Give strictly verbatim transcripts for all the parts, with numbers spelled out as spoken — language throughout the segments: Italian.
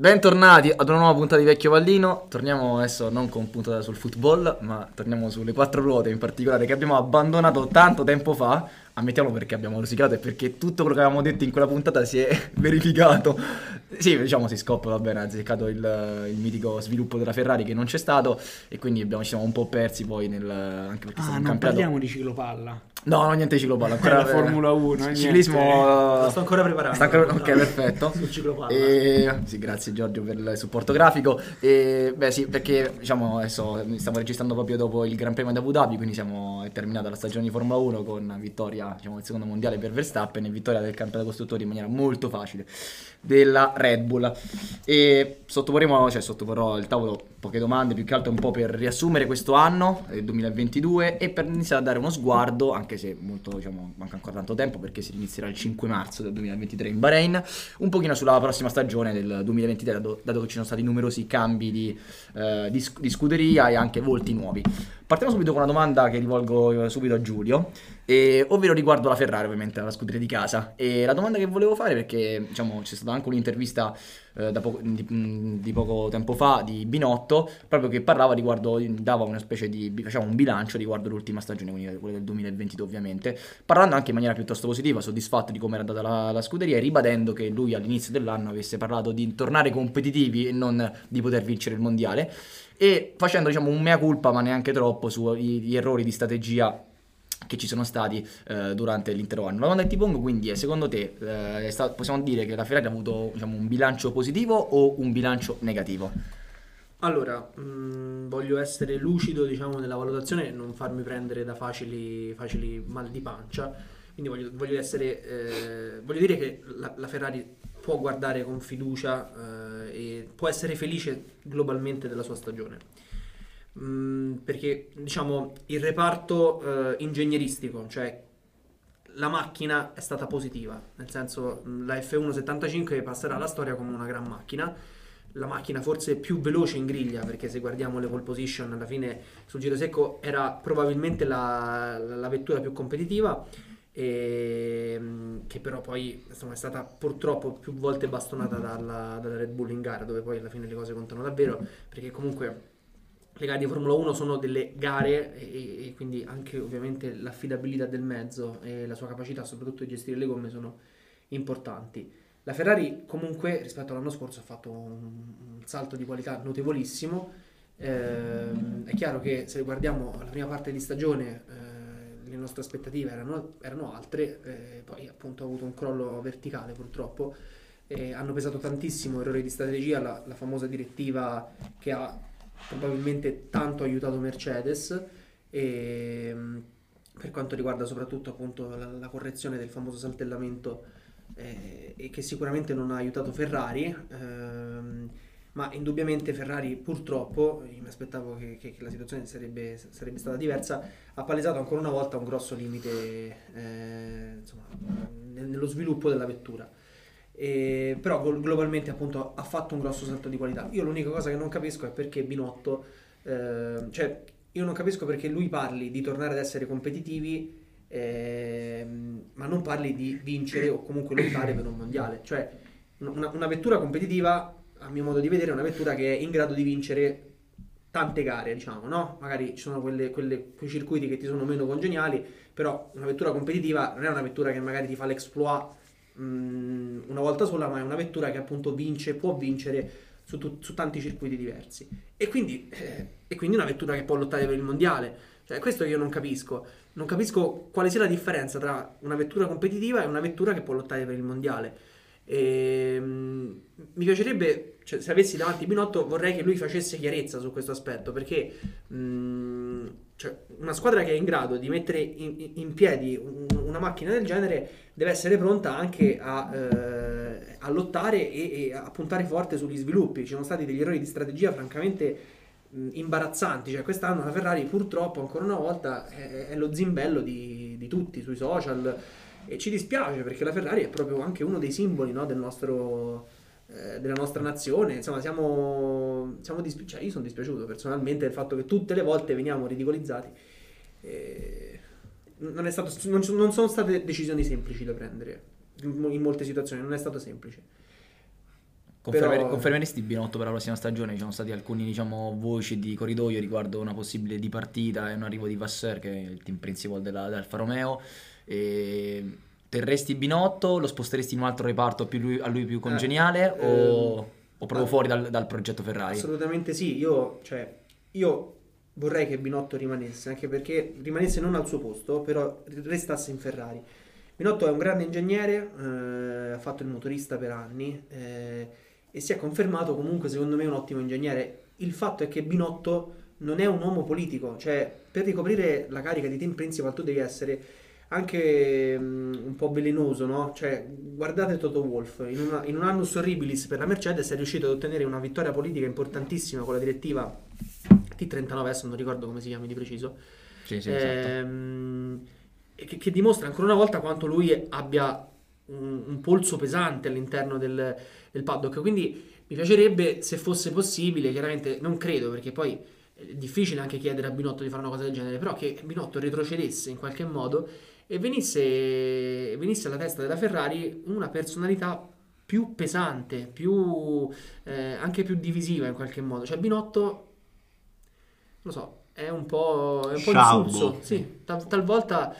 Bentornati ad una nuova puntata di Vecchio Pallino. Torniamo adesso non con puntata sul football, ma torniamo sulle quattro ruote in particolare che abbiamo abbandonato tanto tempo fa. Ammettiamolo, perché abbiamo rosicato e perché tutto quello che avevamo detto in quella puntata si è verificato. Sì, diciamo si scopre, va bene, ha azzeccato il, il mitico sviluppo della Ferrari che non c'è stato e quindi abbiamo, ci siamo un po' persi poi nel, anche perché è stato Ah, un non campionato. parliamo di ciclopalla. No, no, niente ciclopalla, ancora la Formula uno, ciclismo. niente. Sto ancora preparando. Sta ancora- ok, perfetto. Sul ciclopalla. E, sì, grazie Giorgio per il supporto grafico. E, beh, sì, perché diciamo adesso stiamo registrando proprio dopo il Gran Premio di Abu Dhabi, quindi siamo, è terminata la stagione di Formula uno con vittoria, diciamo, del secondo mondiale per Verstappen e vittoria del campionato costruttori in maniera molto facile della Red Bull. E sottoporremo, cioè sottoporrò al tavolo poche domande, più che altro un po' per riassumere questo anno, il duemilaventidue, e per iniziare a dare uno sguardo, anche se molto, diciamo, manca ancora tanto tempo perché si inizierà il cinque marzo del duemilaventitré in Bahrain, un pochino sulla prossima stagione del duemilaventitré, dato, dato che ci sono stati numerosi cambi di, eh, di, di scuderia e anche volti nuovi. Partiamo subito con una domanda che rivolgo subito a Giulio, e, ovvero riguardo la Ferrari, ovviamente, la scuderia di casa. E la domanda che volevo fare, perché diciamo c'è stata anche un'intervista eh, da poco, di, di poco tempo fa di Binotto, proprio che parlava riguardo, dava una specie di, facciamo un bilancio riguardo l'ultima stagione, quindi quella del duemilaventidue ovviamente, parlando anche in maniera piuttosto positiva, soddisfatto di come era andata la, la scuderia e ribadendo che lui all'inizio dell'anno avesse parlato di tornare competitivi e non di poter vincere il mondiale, e facendo, diciamo, un mea culpa, ma neanche troppo, sugli errori di strategia che ci sono stati eh, durante l'intero anno. La domanda che ti pongo quindi è: secondo te eh, è sta- possiamo dire che la Ferrari ha avuto, diciamo, un bilancio positivo o un bilancio negativo? Allora, mh, voglio essere lucido, diciamo, nella valutazione e non farmi prendere da facili, facili mal di pancia. Quindi voglio, voglio essere, eh, voglio dire che la, la Ferrari può guardare con fiducia eh, e può essere felice globalmente della sua stagione. Mm, perché, diciamo, il reparto eh, ingegneristico, cioè la macchina, è stata positiva, nel senso, mh, la F uno settantacinque passerà alla storia come una gran macchina, la macchina forse più veloce in griglia, perché se guardiamo le pole position alla fine sul giro secco era probabilmente la, la vettura più competitiva, e, mh, che però poi, insomma, è stata purtroppo più volte bastonata dalla, dalla Red Bull in gara, dove poi alla fine le cose contano davvero, perché comunque le gare di Formula uno sono delle gare e, e quindi anche ovviamente l'affidabilità del mezzo e la sua capacità soprattutto di gestire le gomme sono importanti. La Ferrari comunque rispetto all'anno scorso ha fatto un, un salto di qualità notevolissimo. Ehm, è chiaro che se guardiamo la prima parte di stagione eh, le nostre aspettative erano, erano altre, eh, poi appunto ha avuto un crollo verticale purtroppo. Eh, hanno pesato tantissimo errori di strategia, la, la famosa direttiva che ha probabilmente tanto aiutato Mercedes, e per quanto riguarda soprattutto appunto la, la correzione del famoso saltellamento, eh, e che sicuramente non ha aiutato Ferrari, ehm, ma indubbiamente Ferrari purtroppo, io mi aspettavo che, che, che la situazione sarebbe, sarebbe stata diversa, ha palesato ancora una volta un grosso limite eh, insomma, nello sviluppo della vettura. E, però globalmente appunto ha fatto un grosso salto di qualità. Io l'unica cosa che non capisco è perché Binotto eh, cioè io non capisco perché lui parli di tornare ad essere competitivi eh, ma non parli di vincere o comunque lottare per un mondiale. Cioè una, una vettura competitiva, a mio modo di vedere, è una vettura che è in grado di vincere tante gare, diciamo, no? Magari ci sono quelle, quelle, quei circuiti che ti sono meno congeniali, però una vettura competitiva non è una vettura che magari ti fa l'exploit una volta sola, ma è una vettura che appunto vince, può vincere su, tu, su tanti circuiti diversi, e quindi, eh, e quindi una vettura che può lottare per il mondiale. Cioè, questo io non capisco non capisco quale sia la differenza tra una vettura competitiva e una vettura che può lottare per il mondiale. E, mh, mi piacerebbe, cioè, se avessi davanti Binotto, vorrei che lui facesse chiarezza su questo aspetto, perché mh, cioè, una squadra che è in grado di mettere in, in piedi un, una macchina del genere deve essere pronta anche a, eh, a lottare e, e a puntare forte sugli sviluppi. Ci sono stati degli errori di strategia francamente mh, imbarazzanti. Cioè, quest'anno la Ferrari purtroppo ancora una volta è, è lo zimbello di, di tutti sui social, e ci dispiace perché la Ferrari è proprio anche uno dei simboli, no, del nostro, eh, della nostra nazione. Insomma, siamo, siamo dispi- cioè, io sono dispiaciuto personalmente del fatto che tutte le volte veniamo ridicolizzati. E non, è stato, non, non sono state decisioni semplici da prendere in molte situazioni, non è stato semplice. Confermer- Però- Confermeresti Binotto per la prossima stagione? Ci sono stati alcuni, diciamo, voci di corridoio riguardo una possibile dipartita e un arrivo di Vasseur, che è il team principal della, dell'Alfa Romeo. E terresti Binotto? Lo sposteresti in un altro reparto più lui- a lui più congeniale? Eh, o, ehm, o proprio ah, fuori dal, dal progetto Ferrari? Assolutamente sì, io, cioè, io vorrei che Binotto rimanesse, anche perché rimanesse non al suo posto, però restasse in Ferrari. Binotto è un grande ingegnere, eh, ha fatto il motorista per anni eh, e si è confermato comunque secondo me un ottimo ingegnere. Il fatto è che Binotto non è un uomo politico, cioè per ricoprire la carica di team principal tu devi essere anche um, un po' velenoso, no? Cioè, guardate Toto Wolff, in, una, in un annus horribilis per la Mercedes è riuscito ad ottenere una vittoria politica importantissima con la direttiva T trentanove, adesso non ricordo come si chiami di preciso, Sì, sì, esatto. ehm, che, che dimostra ancora una volta quanto lui abbia un, un polso pesante all'interno del, del paddock. Quindi mi piacerebbe, se fosse possibile, chiaramente non credo, perché poi è difficile anche chiedere a Binotto di fare una cosa del genere, però che Binotto retrocedesse in qualche modo e venisse, venisse alla testa della Ferrari una personalità più pesante, più, eh, anche più divisiva in qualche modo. Cioè Binotto, non lo so, è un po', è un po' Scialbo. insulso, sì, tal- talvolta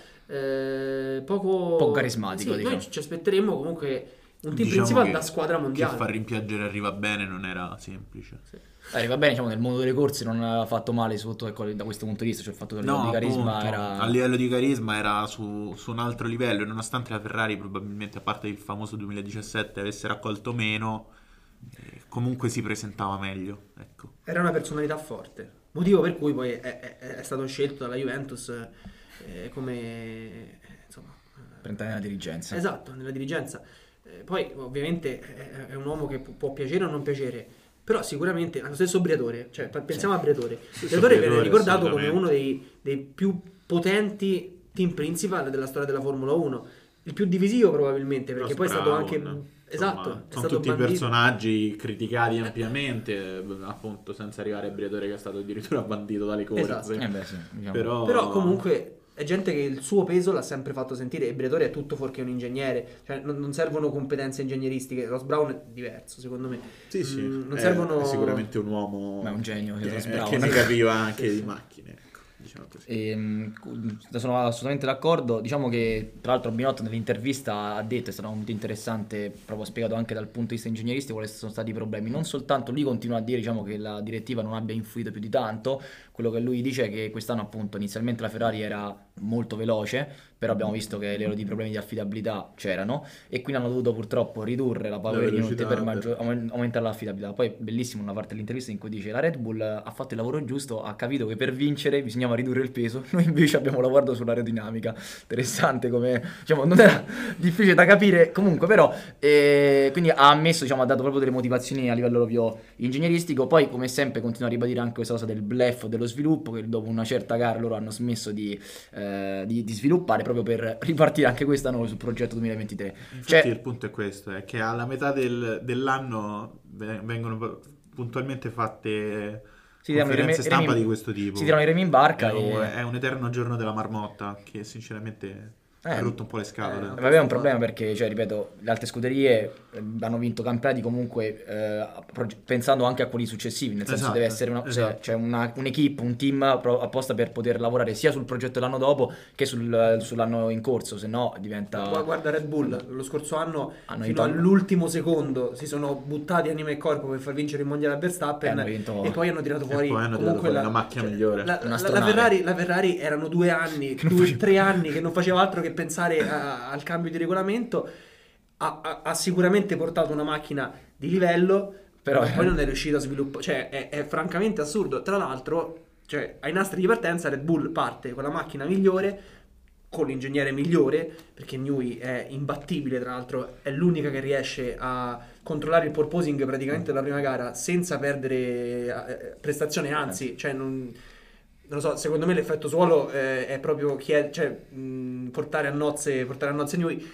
eh, poco, Po' carismatico, sì, diciamo. Noi ci aspetteremo comunque un team Diciamo principal che- da squadra mondiale. Che far rimpiangere Arriva Bene non era semplice. Sì. Arriva bene, diciamo, nel mondo delle corse non ha fatto male sotto, ecco, da questo punto di vista, cioè il fatto che il livello di carisma appunto, era... a livello di carisma era su, su un altro livello, e nonostante la Ferrari probabilmente, a parte il famoso duemiladiciassette, avesse raccolto meno, eh, comunque si presentava meglio, ecco. Era una personalità forte, motivo per cui poi è, è- è stato scelto dalla Juventus eh, come insomma per entrare nella dirigenza. esatto, nella dirigenza. Eh, poi ovviamente è, è un uomo che pu- può piacere o non piacere, però sicuramente ha lo stesso Briatore, cioè pa- pensiamo a Briatore. Briatore viene Briatore, ricordato come assolutamente. uno dei, dei più potenti team principal della storia della Formula uno, il più divisivo probabilmente, perché poi è stato Brown, anche insomma, esatto, è sono stato tutti bandito. personaggi criticati ampiamente, eh, appunto, senza arrivare a Briatore, che è stato addirittura bandito dalle corse. Esatto. Eh beh, sì, diciamo. Però, Però comunque è gente che il suo peso l'ha sempre fatto sentire, e Briatore è tutto fuorché un ingegnere, cioè non, non servono competenze ingegneristiche. Ross Brown è diverso secondo me. sì, sì, Mm, non è, servono è sicuramente un uomo Ma è un genio, che, Ross che Brown. ne capiva anche di macchine, ecco, diciamo così. E, mh, sono assolutamente d'accordo. Diciamo che tra l'altro Binotto nell'intervista ha detto, è stato molto interessante, proprio spiegato anche dal punto di vista ingegneristico quali sono stati i problemi. Non soltanto lui continua a dire, diciamo, che la direttiva non abbia influito più di tanto. Quello che lui dice è che quest'anno, appunto, inizialmente la Ferrari era molto veloce, però abbiamo visto che le di problemi di affidabilità c'erano e quindi hanno dovuto purtroppo ridurre la power La unit velocità, per beh. maggior- aumen- aumentare l'affidabilità. Poi bellissimo una parte dell'intervista in cui dice la Red Bull ha fatto il lavoro giusto, ha capito che per vincere bisognava ridurre il peso, noi invece abbiamo lavorato sull'aerodinamica. Interessante, come, diciamo, non era difficile da capire comunque, però eh, quindi ha ammesso, diciamo, ha dato proprio delle motivazioni a livello proprio ingegneristico. Poi come sempre continua a ribadire anche questa cosa del bluff dello sviluppo, che dopo una certa gara loro hanno smesso di, eh, di, di sviluppare proprio per ripartire anche quest'anno sul progetto duemilaventitré. Infatti Cioè, il punto è questo, è che alla metà del- dell'anno ve- vengono puntualmente fatte si tirano i remi- conferenze stampa remi- di questo tipo. si tirano i remi in barca È un, e... è un eterno giorno della marmotta che sinceramente Eh, ha rotto un po' le scatole. eh, Vabbè, è un problema perché, cioè, ripeto, le altre scuderie eh, hanno vinto campionati comunque eh, proge- pensando anche a quelli successivi, nel senso Esatto, deve essere una, se- esatto. cioè una, un'equipe, un team pro- apposta per poter lavorare sia sul progetto dell'anno dopo che sul- sull'anno in corso, se no diventa... Gua- Guarda Red Bull, lo scorso anno Hanno fino vinto- all'ultimo secondo si sono buttati anima e corpo per far vincere il mondiale a Verstappen Eh, hanno vinto- e poi hanno tirato fuori poi hanno tirato comunque fuori la, la macchina migliore. La, la- la Un'astronave. Ferrari, la Ferrari erano due anni, Che non due, faceva- tre anni che non faceva altro che pensare a- al cambio di regolamento. Ha, ha- ha sicuramente portato una macchina di livello, Però- però poi non è riuscito a sviluppare. Cioè, è, è francamente assurdo. Tra l'altro, cioè, ai nastri di partenza Red Bull parte con la macchina migliore, con l'ingegnere migliore, perché Newey è imbattibile, tra l'altro è l'unica che riesce a controllare il porpoising praticamente dalla prima gara senza perdere eh, prestazione, anzi, cioè non, non lo so, secondo me l'effetto suolo eh, è proprio chied- cioè, mh, portare a nozze portare a nozze Newey.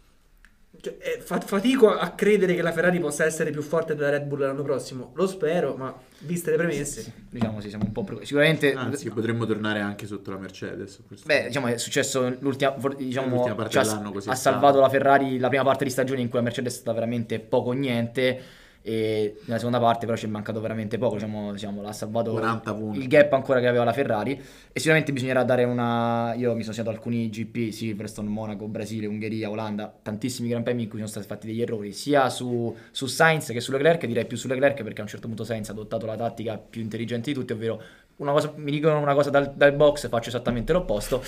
Cioè, eh, fa- fatico a credere che la Ferrari possa essere più forte della Red Bull l'anno prossimo, lo spero, ma viste le premesse Sì, diciamo sì, siamo un po' pre- sicuramente... Anzi, potremmo tornare anche sotto la Mercedes. questo. Beh, diciamo è successo l'ultima, for- diciamo, L'ultima parte ci ha, dell'anno così ha è stato. salvato la Ferrari la prima parte di stagione in cui la Mercedes è stata veramente poco o niente e nella seconda parte però ci è mancato veramente poco, diciamo, diciamo l'ha salvato quaranta punti. il gap ancora che aveva la Ferrari, e sicuramente bisognerà dare una, io mi sono segnato alcuni G P, Silverstone, Monaco, Brasile, Ungheria, Olanda, tantissimi gran premi in cui sono stati fatti degli errori sia su, su Sainz che su Leclerc, direi più su Leclerc perché a un certo punto Sainz ha adottato la tattica più intelligente di tutti, ovvero una cosa, mi dicono una cosa dal, dal box, faccio esattamente l'opposto,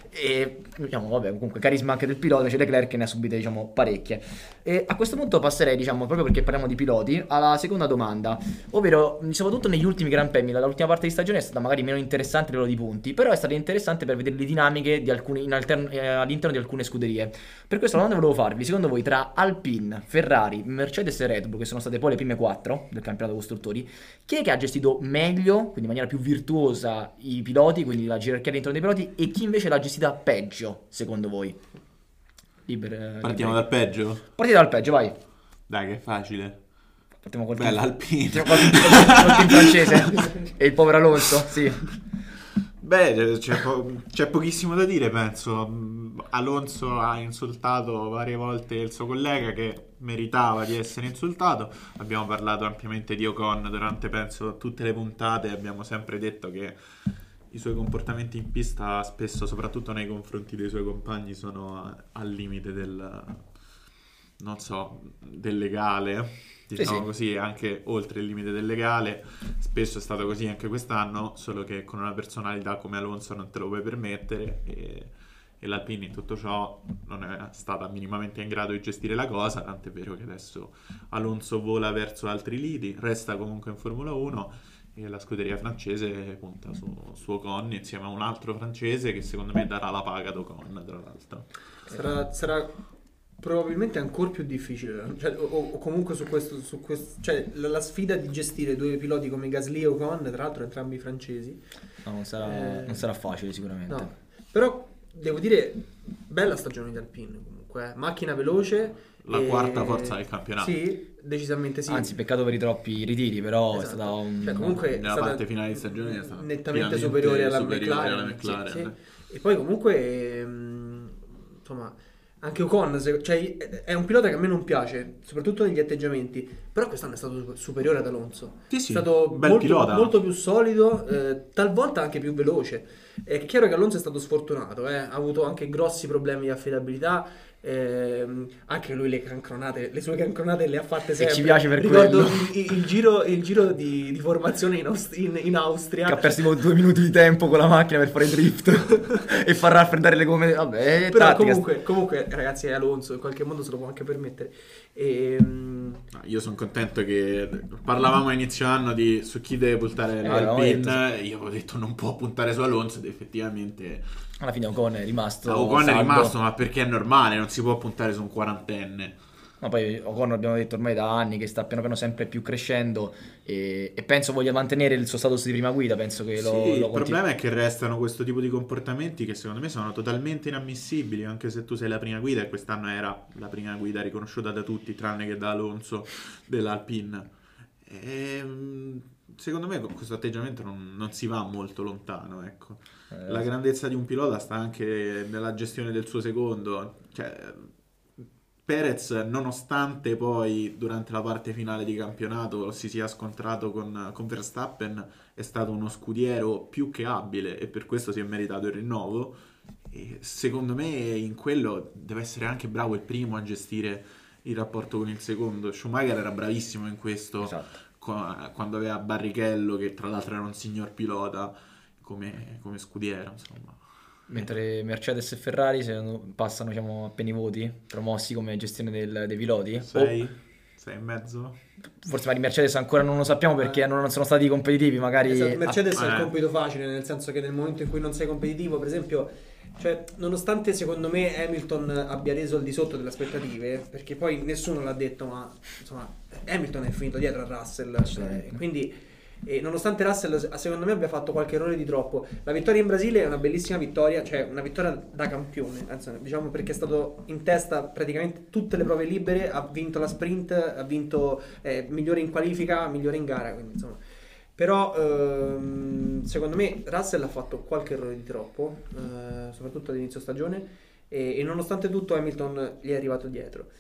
e diciamo vabbè, comunque carisma anche del pilota, invece Leclerc ne ha subite diciamo parecchie. E a questo punto passerei, diciamo, proprio perché parliamo di piloti, alla seconda domanda, ovvero soprattutto negli ultimi Gran Premi l'ultima parte di stagione è stata magari meno interessante a livello di punti, però è stata interessante per vedere le dinamiche di alcuni, in altern- eh, all'interno di alcune scuderie. Per questo la domanda volevo farvi, secondo voi tra Alpine, Ferrari, Mercedes e Red Bull, che sono state poi le prime quattro del campionato costruttori, chi è che ha gestito meglio, quindi in maniera più virtuosa, i piloti, quindi la gerarchia all'interno dei piloti, e chi invece l'ha gestita peggio, secondo voi? Liber, Partiamo liberi. dal peggio? Partite dal peggio, vai. Dai, che è facile. Partiamo col Bella team, Alpine. col team, col team francese e il povero Alonso, sì. Beh, c'è, po- c'è pochissimo da dire, penso. Alonso ha insultato varie volte il suo collega che meritava di essere insultato. Abbiamo parlato ampiamente di Ocon durante, penso, tutte le puntate. Abbiamo sempre detto che i suoi comportamenti in pista, spesso, soprattutto nei confronti dei suoi compagni, sono a- al limite del, non so, del legale. Diciamo sì. così, anche oltre il limite del legale. Spesso è stato così anche quest'anno, solo che con una personalità come Alonso non te lo puoi permettere, e, e l'Alpine in tutto ciò non è stata minimamente in grado di gestire la cosa, tant'è vero che adesso Alonso vola verso altri lidi, resta comunque in Formula uno e la scuderia francese punta su, su Ocon insieme a un altro francese che secondo me darà la paga ad Ocon, tra l'altro. Sarà, sarà probabilmente ancora più difficile, cioè, o, o comunque su questo, su questo cioè la, la sfida di gestire due piloti come Gasly e Ocon, tra l'altro entrambi francesi, No, non sarà, Eh, non sarà facile sicuramente. no, però devo dire bella stagione di Alpine comunque, eh. Macchina veloce, La e- quarta forza del campionato. Sì, decisamente sì. Anzi, peccato per i troppi ritiri, però è Esatto. stata un... Cioè, comunque è Nella stata parte finale di stagione è stata nettamente pienamente superiore alla superiore McLaren, alla McLaren. sì, sì. E poi comunque ehm, insomma anche Ocon se- cioè, è un pilota che a me non piace, soprattutto negli atteggiamenti, però quest'anno è stato super- superiore ad Alonso. Sì, sì, È stato bel molto, pilota. molto più solido, eh, talvolta anche più veloce. È chiaro che Alonso è stato sfortunato, eh, ha avuto anche grossi problemi di affidabilità. ehm, anche lui le cancronate, le sue cancronate le ha fatte sempre. ci piace per Ricordo quello. il, il giro, il giro di, di formazione in, Aust- in, in Austria. Che ha perso tipo due minuti di tempo con la macchina per fare drift e far raffreddare le gomme. Vabbè, Però tattica. comunque, comunque, ragazzi, è Alonso, in qualche modo se lo può anche permettere. E, mm, No, io sono contento che parlavamo a inizio anno di su chi deve puntare Eh, l'Alpine. Io avevo detto non può puntare su Alonso ed effettivamente Alla fine Ocon è rimasto Ocon è saldo. rimasto, ma perché è normale, non si può puntare su un quarantenne. Ma poi Ocon abbiamo detto ormai da anni che sta piano piano sempre più crescendo e, e penso voglia mantenere il suo status di prima guida, penso che lo, Sì, lo il continui- problema è che restano questo tipo di comportamenti che secondo me sono totalmente inammissibili, anche se tu sei la prima guida, e quest'anno era la prima guida riconosciuta da tutti tranne che da Alonso dell'Alpine. Ehm, secondo me con questo atteggiamento non, non si va molto lontano, ecco. Eh, La grandezza di un pilota sta anche nella gestione del suo secondo, cioè Perez, nonostante poi durante la parte finale di campionato si sia scontrato con, con Verstappen, è stato uno scudiero più che abile e per questo si è meritato il rinnovo. E secondo me in quello deve essere anche bravo il primo a gestire il rapporto con il secondo. Schumacher era bravissimo in questo, Esatto. qua- quando aveva Barrichello, che tra l'altro era un signor pilota, come, come scudiero, insomma. Mentre Mercedes e Ferrari se non- passano diciamo appena i voti promossi come gestione del- dei piloti. Sei? O Sei e mezzo? forse magari Mercedes ancora non lo sappiamo perché Eh. non sono stati competitivi, magari esatto, Mercedes ah, è il eh. compito facile, nel senso che nel momento in cui non sei competitivo, per esempio, cioè, nonostante secondo me Hamilton abbia reso al di sotto delle aspettative, perché poi nessuno l'ha detto, ma insomma Hamilton è finito dietro a Russell, Assolutamente. eh, quindi e nonostante Russell secondo me abbia fatto qualche errore di troppo, la vittoria in Brasile è una bellissima vittoria, cioè una vittoria da campione, anzi, diciamo, perché è stato in testa praticamente tutte le prove libere, ha vinto la sprint, ha vinto eh, migliore in qualifica, migliore in gara, quindi insomma. Però ehm, secondo me Russell ha fatto qualche errore di troppo, eh, soprattutto all'inizio stagione, e, e nonostante tutto Hamilton gli è arrivato dietro.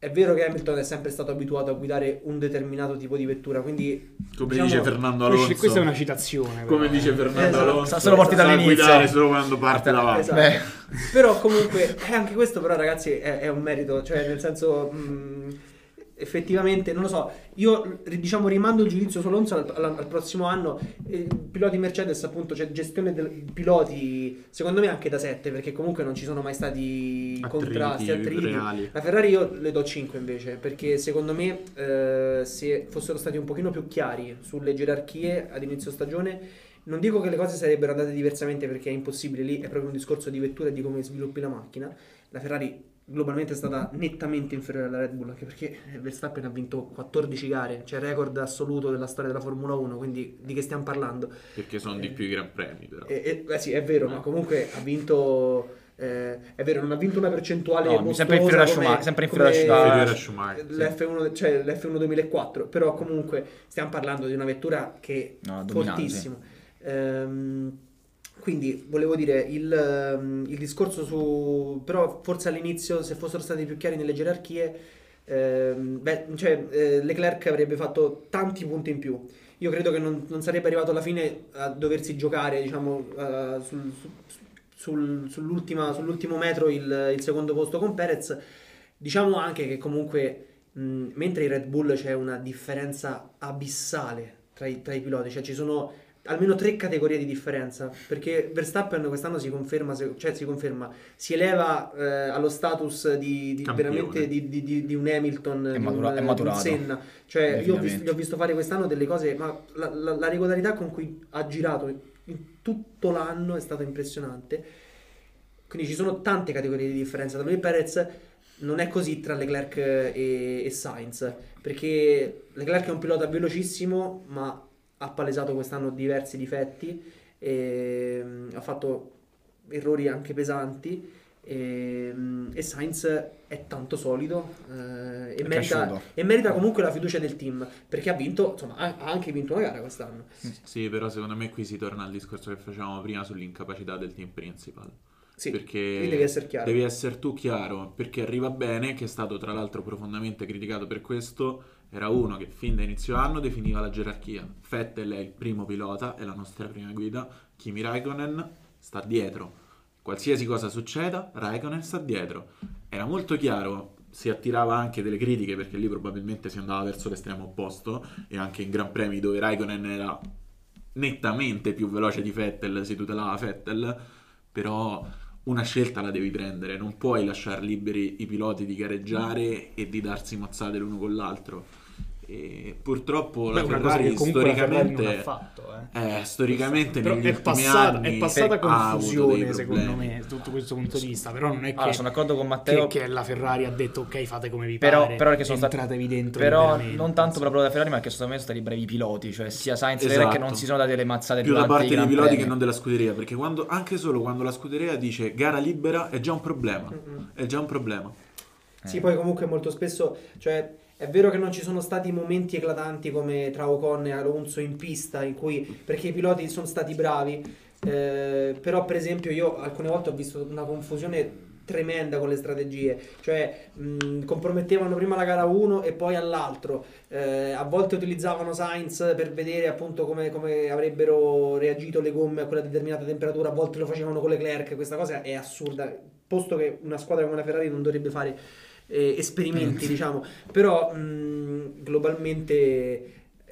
è vero che Hamilton è sempre stato abituato a guidare un determinato tipo di vettura, quindi come diciamo, dice Fernando Alonso, questa è una citazione, come però. dice Fernando Esatto. Alonso, Sa solo partita sa all'inizio. guidare solo quando parte davanti. Esatto. Beh. Però comunque eh, anche questo però ragazzi è, è un merito, cioè nel senso mh, effettivamente non lo so, io diciamo rimando il giudizio su Alonso al, al, al prossimo anno. eh, piloti Mercedes appunto, cioè gestione dei piloti secondo me anche da sette, perché comunque non ci sono mai stati Attriti contrasti, attriti. reali. La Ferrari io le do cinque invece, perché secondo me eh, se fossero stati un pochino più chiari sulle gerarchie ad inizio stagione, non dico che le cose sarebbero andate diversamente, perché è impossibile, lì è proprio un discorso di vettura e di come sviluppi la macchina. La Ferrari globalmente è stata nettamente inferiore alla Red Bull, anche perché Verstappen ha vinto quattordici gare, cioè record assoluto della storia della Formula uno, quindi di che stiamo parlando? Perché sono di più i Gran Premi, però. Eh, eh, eh sì, è vero, ma comunque ha vinto... Eh, è vero, non ha vinto una percentuale No, mostruosa sempre inferiore a come- Schumacher, sempre inferiore a come Schumacher. Inferiore a Schumacher, sì. l'F uno, cioè l'F uno duemilaquattro, però comunque stiamo parlando di una vettura che è No, dominante. fortissima. Ehm, quindi volevo dire il, ehm, il discorso su, però forse all'inizio se fossero stati più chiari nelle gerarchie, ehm, beh, cioè eh, Leclerc avrebbe fatto tanti punti in più. Io credo che non, non sarebbe arrivato alla fine a doversi giocare, diciamo, eh, sul, su- sul- sull'ultima, sull'ultimo metro il, il secondo posto con Perez. Diciamo anche che comunque mh, mentre i Red Bull c'è una differenza abissale tra i, tra i piloti, cioè ci sono almeno tre categorie di differenza, perché Verstappen quest'anno si conferma, se- cioè si conferma, si eleva eh, allo status di, di Campione. veramente di, di- di- di un Hamilton, È di matura- un, è di un maturato. Senna. Cioè io ho visto, Definitivamente. gli ho visto fare quest'anno delle cose, ma la, la- la regolarità con cui ha girato in, in tutto l'anno è stata impressionante. Quindi ci sono tante categorie di differenza. Da me Perez non è così tra Leclerc e, e Sainz, perché Leclerc è un pilota velocissimo, ma ha palesato quest'anno diversi difetti e mm, ha fatto errori anche pesanti. E, mm, e Sainz è tanto solido eh, e, È merita, cresciuto. e merita comunque la fiducia del team, perché ha vinto, insomma, ha, ha anche vinto una gara quest'anno. Sì, però secondo me qui si torna al discorso che facevamo prima sull'incapacità del team principal. Sì, Perché qui devi essere chiaro. devi essere tu chiaro, perché arriva bene, che è stato tra l'altro profondamente criticato per questo, era uno che fin da inizio anno definiva la gerarchia. Vettel è il primo pilota, è la nostra prima guida, Kimi Raikkonen sta dietro. Qualsiasi cosa succeda, Raikkonen sta dietro. Era molto chiaro, si attirava anche delle critiche perché lì probabilmente si andava verso l'estremo opposto, e anche in Gran Premi dove Raikkonen era nettamente più veloce di Vettel si tutelava Vettel, però una scelta la devi prendere, non puoi lasciare liberi i piloti di gareggiare e di darsi mazzate l'uno con l'altro. E purtroppo Beh, la una cosa Ferrari che comunque la Ferrari non storicamente ha fatto, eh. eh, storicamente Però negli è ultimi passata, anni è passata ha avuto confusione dei secondo problemi. me sotto questo punto di vista, però non è che, Allora, sono d'accordo con Matteo. che, che la Ferrari ha detto ok, fate come vi Però, pare, però che sono stati, entratevi dentro però liberamente. non tanto proprio da Ferrari, ma che secondo me sono stati bravi piloti, cioè sia Sainz che Esatto. Leclerc, che non si sono date le mazzate Più da durante parte i dei Gran piloti Premi. che non della scuderia, perché quando, anche solo quando la scuderia dice gara libera è già un problema, Mm-mm. è già un problema. Sì, poi comunque molto spesso, cioè è vero che non ci sono stati momenti eclatanti come tra Ocon e Alonso in pista, in cui, perché i piloti sono stati bravi, eh, però per esempio io alcune volte ho visto una confusione tremenda con le strategie, cioè mh, compromettevano prima la gara uno e poi all'altro, eh, a volte utilizzavano Sainz per vedere appunto come, come avrebbero reagito le gomme a quella determinata temperatura, a volte lo facevano con Leclerc. Questa cosa è assurda, posto che una squadra come la Ferrari non dovrebbe fare eh, esperimenti, diciamo, però mh, globalmente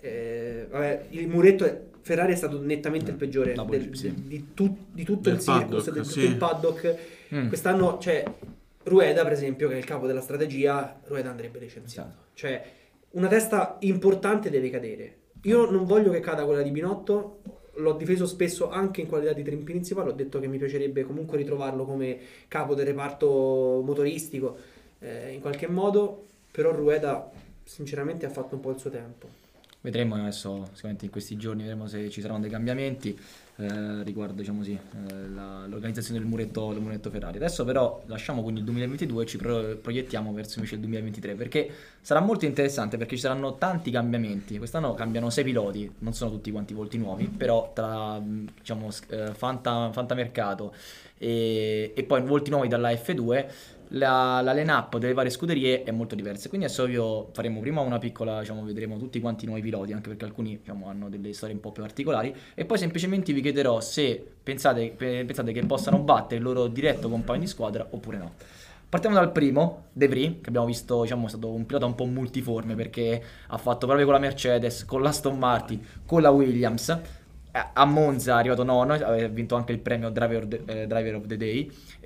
eh, vabbè, il muretto è, Ferrari è stato nettamente il peggiore Double del- chip, sì. di, di tu- di tutto Del il circus, paddock, di tutto sì. il paddock. Mm. Quest'anno, cioè, Rueda, per esempio, che è il capo della strategia, Rueda andrebbe licenziato. Esatto. Cioè, una testa importante deve cadere. Io non voglio che cada quella di Binotto, l'ho difeso spesso anche in qualità di team principal, ho detto che mi piacerebbe comunque ritrovarlo come capo del reparto motoristico, eh, in qualche modo, però Rueda sinceramente ha fatto un po' il suo tempo. Vedremo adesso, sicuramente in questi giorni vedremo se ci saranno dei cambiamenti eh, riguardo, diciamo sì, eh, la- l'organizzazione del muretto, del muretto Ferrari. Adesso però lasciamo quindi il duemilaventidue e ci pro- proiettiamo verso invece il duemilaventitré, perché sarà molto interessante, perché ci saranno tanti cambiamenti. Quest'anno cambiano sei piloti, non sono tutti quanti volti nuovi, però tra mh, diciamo s- eh, Fanta, Fantamercato e, e poi volti nuovi dalla F due. la, la line-up delle varie scuderie è molto diversa. Quindi adesso io faremo prima una piccola, diciamo, vedremo tutti quanti i nuovi piloti, anche perché alcuni, diciamo, hanno delle storie un po' più particolari, e poi semplicemente vi chiederò se pensate, pe- pensate che possano battere il loro diretto compagno di squadra oppure no. Partiamo dal primo, De Vries, che abbiamo visto, diciamo, è stato un pilota un po' multiforme perché ha fatto proprio con la Mercedes, con l'Aston Martin, con la Williams. A Monza è arrivato nono, ha vinto anche il premio Driver of the, eh, Driver of the Day,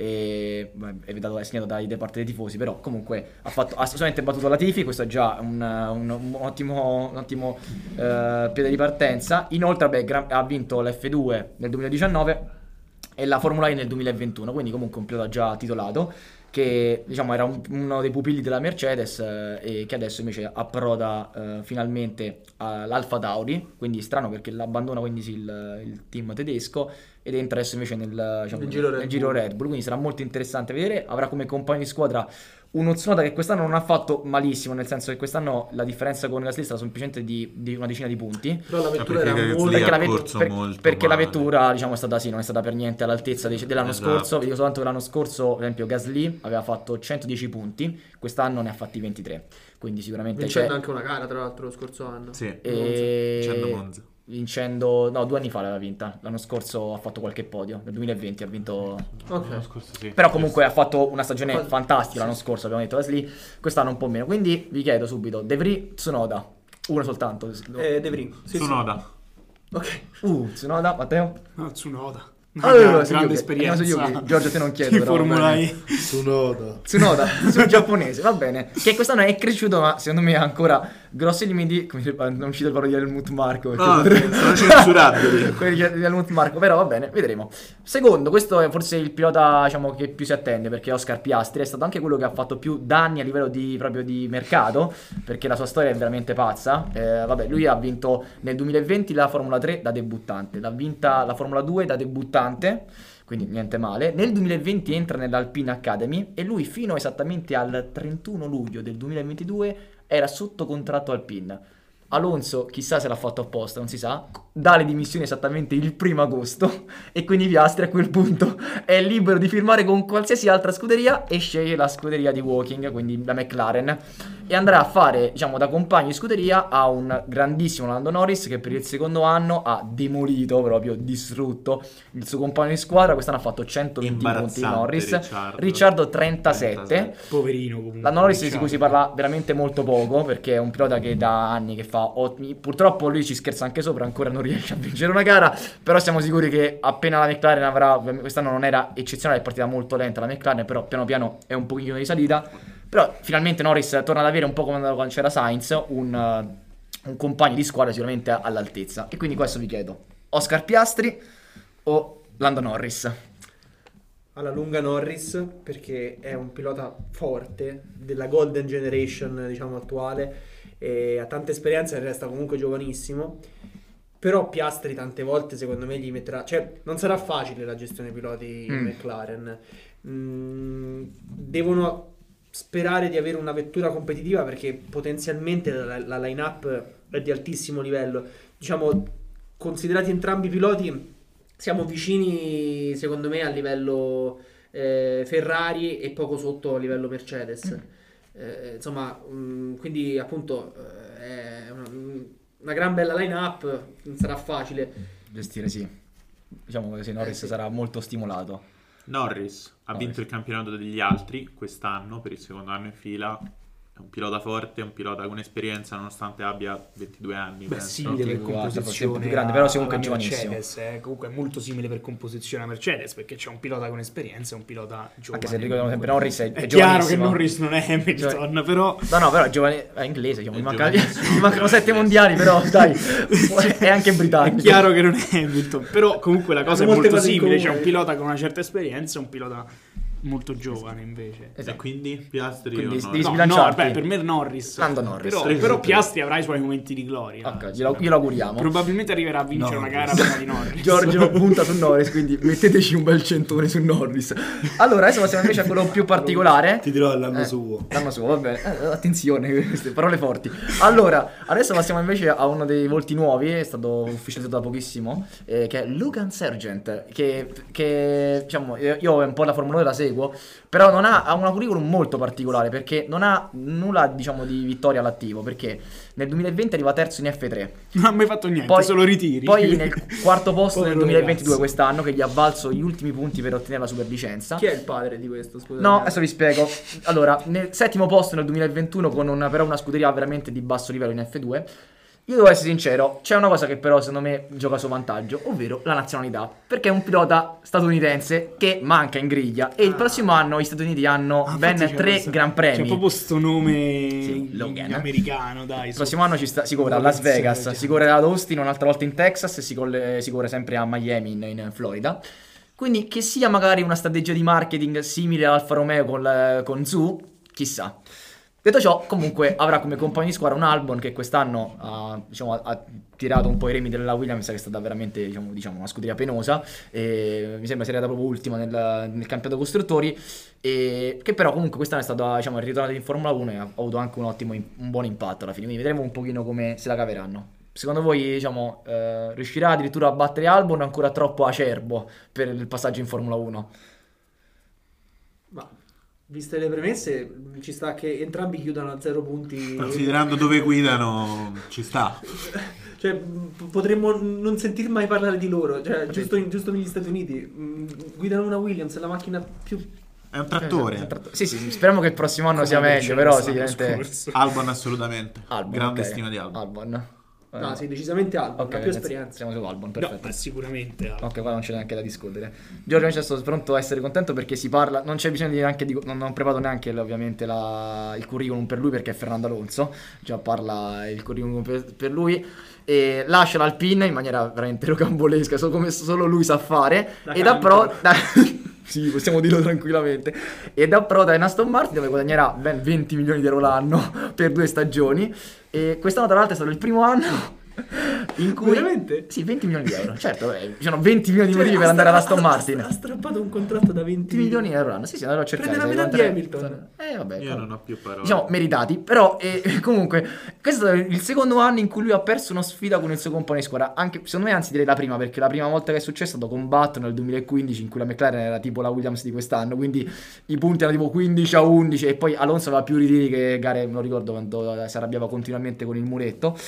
e beh, è dato segnato dai da parte dei tifosi, però comunque ha fatto assolutamente battuto la Tifi. Questo è già un, un, un ottimo, un ottimo eh, piede di partenza. Inoltre beh, gra- ha vinto l'F due nel duemiladiciannove e la Formula E nel duemilaventuno, quindi comunque un pilota già titolato, che diciamo era un, uno dei pupilli della Mercedes, eh, e che adesso invece approda eh, finalmente all'Alfa Tauri. Quindi strano perché l'abbandona quindi sì, il, il team tedesco ed entra adesso invece nel, diciamo, nel, giro, nel Red giro Red Bull. Quindi sarà molto interessante vedere. Avrà come compagno di squadra uno Tsunoda che quest'anno non ha fatto malissimo, nel senso che quest'anno la differenza con Gasly è stata semplicemente di, di una decina di punti. Però la vettura perché era Gasly molto... Perché, la, ha vettura, corso per- molto perché la male. vettura diciamo è stata sì, non è stata per niente all'altezza dei- dell'anno Esatto. scorso. Vi dico soltanto che l'anno scorso, per esempio, Gasly aveva fatto centodieci punti, quest'anno ne ha fatti ventitré. Quindi sicuramente Vincendo c'è. anche una gara, tra l'altro, lo scorso anno. Sì, E... Vincendo Monza. Vincendo, no, due anni fa l'aveva vinta. L'anno scorso ha fatto qualche podio. Nel duemilaventi ha vinto. Ok. L'anno scorso sì. Però comunque ha fatto una stagione Fa- fantastica l'anno scorso, abbiamo detto Gasly. Quest'anno un po' meno. Quindi vi chiedo subito: De Vries, Tsunoda. Uno soltanto. Eh, De Vries. Sì, sì. Tsunoda. Ok. Uh, Tsunoda, Matteo? No, Tsunoda. Allora, Una sì, grande Yuki. esperienza. Eh, no, su Yuki. Giorgio, te non chiedo, di però, va Formula bene. E. Tsunoda. Tsunoda, sul giapponese, va bene. Che quest'anno è cresciuto, ma secondo me ha ancora grossi limiti. Come se- non uscito il parole di Helmut Marko. perché No, potrebbe- sono censurabili. Quelli di Helmut Marko, però va bene, vedremo. Secondo, questo è forse il pilota, diciamo, che più si attende, perché Oscar Piastri è stato anche quello che ha fatto più danni a livello di proprio di mercato, perché la sua storia è veramente pazza. Eh, vabbè, lui ha vinto nel duemilaventi la Formula tre da debuttante, l'ha vinta la Formula due da debuttante, quindi niente male. Nel duemilaventi entra nell'Alpine Academy e lui fino esattamente al trentuno luglio del duemilaventidue era sotto contratto Alpine. Alonso, chissà se l'ha fatto apposta, non si sa, dà le dimissioni esattamente il primo agosto e quindi Piastri a quel punto è libero di firmare con qualsiasi altra scuderia e sceglie la scuderia di Woking, quindi la McLaren, e andrà a fare, diciamo, da compagno di scuderia a un grandissimo Lando Norris che per il secondo anno ha demolito, proprio distrutto il suo compagno di squadra. Quest'anno ha fatto centoventi punti Imbarazzante, Norris, Ricciardo. Ricciardo trentasette. trentasette. Poverino comunque. La Norris di Diciamo. cui si parla veramente molto poco, perché è un pilota che da anni che fa ottimi. Purtroppo lui ci scherza anche sopra, ancora non riesce a vincere una gara, però siamo sicuri che appena la McLaren avrà, quest'anno non era eccezionale, è partita molto lenta la McLaren, però piano piano è un pochino di salita. Però finalmente Norris torna ad avere, un po' come quando c'era Sainz, un, uh, un compagno di squadra sicuramente all'altezza. E quindi questo vi chiedo: Oscar Piastri o Lando Norris? Alla lunga Norris, perché è un pilota forte della Golden Generation, diciamo, attuale, e ha tanta esperienza e resta comunque giovanissimo. Però Piastri tante volte secondo me gli metterà, cioè non sarà facile la gestione piloti in Mm. McLaren. Mm, devono sperare di avere una vettura competitiva, perché potenzialmente la, la line-up è di altissimo livello. Diciamo, considerati entrambi i piloti, siamo vicini secondo me a livello eh, Ferrari e poco sotto a livello Mercedes. Eh, insomma, mh, quindi appunto eh, è una, una gran bella line-up, non sarà facile. Gestire, sì. Diciamo che sì, Norris Eh, sì. sarà molto stimolato. Norris ha Norris. vinto il campionato degli altri quest'anno per il secondo anno in fila. È un pilota forte, è un pilota con esperienza nonostante abbia ventidue anni. Beh, penso. simile per Guarda, forse composizione più grande, però sì, comunque alla è giovanissimo. Mercedes, eh, comunque è molto simile per composizione a Mercedes, perché c'è un pilota con esperienza e un pilota giovane. Anche se ricordiamo sempre Norris è, è, è chiaro che giovanissimo. Norris non è Hamilton, però No, no, però è giovane, è inglese, diciamo, È gli, manca- giovanissimo. gli mancano sette mondiali, però dai, è anche è britannico. chiaro che non è Hamilton, però comunque la cosa è Hanno molte molto cose in simile, c'è comune. un pilota con una certa esperienza e un pilota molto giovane invece. E Esatto. quindi Piastri Quindi o devi Norris? No, sbilanciarti. no, beh, per me Norris. Lando Norris. Però, Sì, però sì, sì. Piastri avrà i suoi momenti di gloria. Ok, glielo, glielo auguriamo. Probabilmente arriverà a vincere una gara prima di Norris. Giorgio punta su Norris, quindi metteteci un bel centone su Norris. Allora, adesso passiamo invece a quello più particolare. Ti dirò l'anno Eh, suo. L'anno suo, va bene. Eh, attenzione, queste parole forti. Allora, adesso passiamo invece a uno dei volti nuovi, è stato ufficializzato da pochissimo, eh, che è Logan Sargent, che, che diciamo, io io un po' la Formula due la seguo, seguo, però non ha, ha una curriculum molto particolare perché non ha nulla, diciamo, di vittoria all'attivo, perché nel duemilaventi arriva terzo in F tre. Non ha mai fatto niente, Poi, solo ritiri. poi nel quarto posto nel Povero duemilaventidue ragazzo. quest'anno, che gli ha valso gli ultimi punti per ottenere la superlicenza. Chi è il padre di questo? Scusate. No, adesso vi spiego. Allora, nel settimo posto nel duemilaventuno con una, però una scuderia veramente di basso livello in F due. Io devo essere sincero, c'è una cosa che però secondo me gioca a suo vantaggio, ovvero la nazionalità, perché è un pilota statunitense che manca in griglia e il prossimo anno gli Stati Uniti hanno Ah, ben infatti c'è tre questo- gran premi. C'è proprio sto nome Sì, Logan. americano, dai. Il su- prossimo anno ci sta, si corre a Las Vegas, si corre ad Austin, un'altra volta in Texas e si corre, si corre sempre a Miami in, in Florida. Quindi che sia magari una strategia di marketing simile all'Alfa Romeo con, con Zhu, chissà. Detto ciò, comunque avrà come compagno di squadra un Albon che quest'anno ha, diciamo, ha- ha tirato un po' i remi della Williams, che è stata veramente, diciamo, diciamo, una scuderia penosa, e mi sembra sia arrivata proprio ultima nel, nel campionato costruttori, e che però comunque quest'anno è stata, diciamo, ritornata in Formula uno e ha avuto anche un ottimo, un buon impatto alla fine, quindi vedremo un pochino come se la caveranno. Secondo voi, diciamo, eh, riuscirà addirittura a battere Albon, ancora troppo acerbo per il passaggio in Formula uno? Ma viste le premesse, ci sta che entrambi chiudano a zero punti. Considerando dove guidano, ci sta. Cioè, p- potremmo non sentir mai parlare di loro. Cioè, giusto, in- giusto negli Stati Uniti. mh, Guidano una Williams, la macchina più. È un trattore. Sì, sì, speriamo che il prossimo anno sia Come meglio, c'era però stato sì, l'anno veramente... scorso. Albon assolutamente. Albon, Grande ok. stima di Albon. Albon. No, Eh, sì, decisamente Albon, ok, ha più ragazzi, esperienza. siamo su Albon, No, perfetto. ma sicuramente. ah. Ok, qua non c'è neanche da discutere. Giorgio invece sono pronto a essere contento perché si parla, non c'è bisogno di neanche di, non ho preparato neanche ovviamente la, il curriculum per lui perché è Fernando Alonso, già parla il curriculum per, per lui e lascia l'Alpine in maniera veramente rocambolesca, so come solo lui sa fare Da e da cancro. pro da- sì, possiamo dirlo tranquillamente. E da pro da in Aston Martin dove guadagnerà ben venti milioni di euro l'anno per due stagioni e quest'anno tra l'altro è stato il primo anno in cui Veramente? sì, venti milioni di euro. Certo, eh, ci sono venti milioni di Cioè, motivi per ha andare ad stra- Aston ha- Martin. Ha strappato un contratto da venti venti milioni di euro l'anno. Sì, sì, andrò a cercare. Prende la sai metà di quante- Hamilton. Eh, vabbè. Io comunque. non ho più parole. Diciamo meritati, però eh, comunque questo è il secondo anno in cui lui ha perso una sfida con il suo compagno di squadra, anche secondo me anzi direi la prima, perché la prima volta che è successo è stato con Button nel duemilaquindici in cui la McLaren era tipo la Williams di quest'anno, quindi i punti erano tipo quindici a undici e poi Alonso aveva più ritiri che gare, non ricordo quando si arrabbiava continuamente con il muretto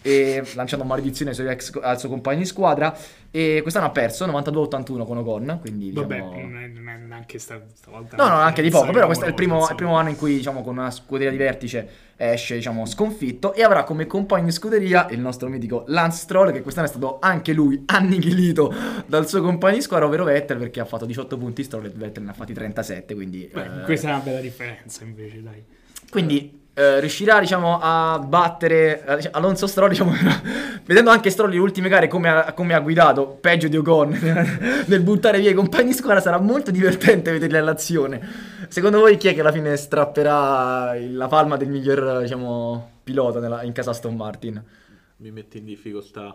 e lanciando maledizioni ai suoi ex, al suo compagno di squadra e quest'anno ha perso novantadue a ottantuno con Ocon, quindi diciamo... Vabbè, non è, non è neanche sta- stavolta. No, no, anche di poco, Sai, però questo è il clamoroso, primo, il insomma. primo anno in cui, diciamo, con una scuderia di vertice esce, diciamo, sconfitto e avrà come compagno di scuderia il nostro mitico Lance Stroll, che quest'anno è stato anche lui annichilito dal suo compagno di squadra, ovvero Vettel, perché ha fatto diciotto punti Stroll e Vettel ne ha fatti trentasette, quindi... Beh, eh, questa è una bella differenza invece, dai. quindi eh, riuscirà, diciamo, a battere eh, diciamo, Alonso Stroll, diciamo, vedendo anche Stroll le ultime gare come ha, come ha guidato, peggio di Ocon nel buttare via i compagni di squadra, sarà molto divertente vederli all'azione. Secondo voi chi è che alla fine strapperà la palma del miglior, diciamo, pilota nella- in casa Aston Martin? Mi metti in difficoltà.